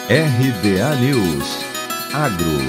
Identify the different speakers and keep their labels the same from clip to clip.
Speaker 1: RBA News Agro.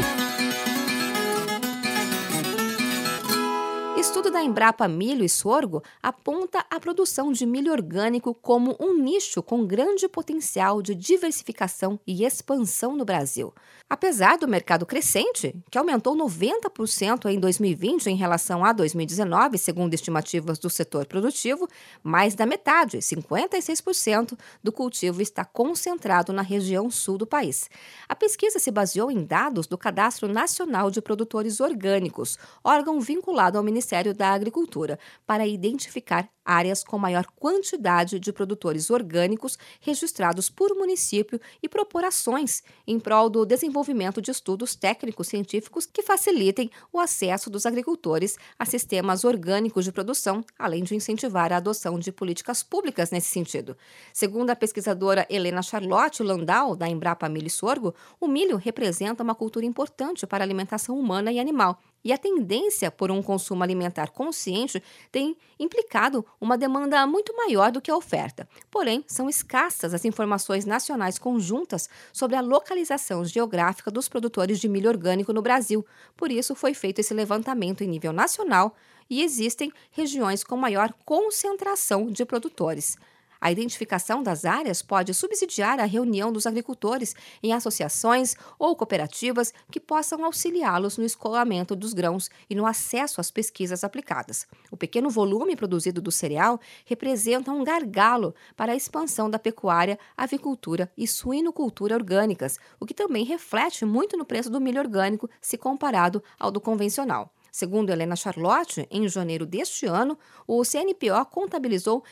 Speaker 2: Estudo da Embrapa Milho e Sorgo aponta a produção de milho orgânico como um nicho com grande potencial de diversificação e expansão no Brasil. Apesar do mercado crescente, que aumentou 90% em 2020 em relação a 2019, segundo estimativas do setor produtivo, mais da metade, 56%, do cultivo está concentrado na região sul do país. A pesquisa se baseou em dados do Cadastro Nacional de Produtores Orgânicos, órgão vinculado ao Ministério da Agricultura, para identificar áreas com maior quantidade de produtores orgânicos registrados por município e propor ações em prol do desenvolvimento de estudos técnicos científicos que facilitem o acesso dos agricultores a sistemas orgânicos de produção, além de incentivar a adoção de políticas públicas nesse sentido. Segundo a pesquisadora Helena Charlotte Landau, da Embrapa Milho e Sorgo, o milho representa uma cultura importante para a alimentação humana e animal. E a tendência por um consumo alimentar consciente tem implicado uma demanda muito maior do que a oferta. Porém, são escassas as informações nacionais conjuntas sobre a localização geográfica dos produtores de milho orgânico no Brasil. Por isso, foi feito esse levantamento em nível nacional e existem regiões com maior concentração de produtores. A identificação das áreas pode subsidiar a reunião dos agricultores em associações ou cooperativas que possam auxiliá-los no escoamento dos grãos e no acesso às pesquisas aplicadas. O pequeno volume produzido do cereal representa um gargalo para a expansão da pecuária, avicultura e suinocultura orgânicas, o que também reflete muito no preço do milho orgânico se comparado ao do convencional. Segundo Helena Charlotte, em janeiro deste ano, o CNPO contabilizou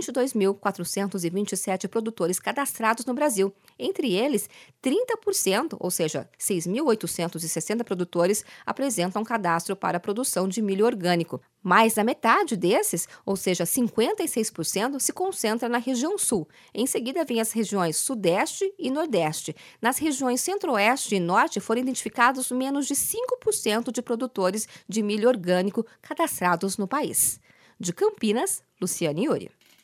Speaker 2: 22.427 produtores cadastrados no Brasil. Entre eles, 30%, ou seja, 6.860 produtores, apresentam cadastro para a produção de milho orgânico. Mais da metade desses, ou seja, 56%, se concentra na região sul. Em seguida, vêm as regiões sudeste e nordeste. Nas regiões centro-oeste e norte foram identificados menos de 5% de produtores de milho orgânico cadastrados no país. De Campinas, Luciane Iuri.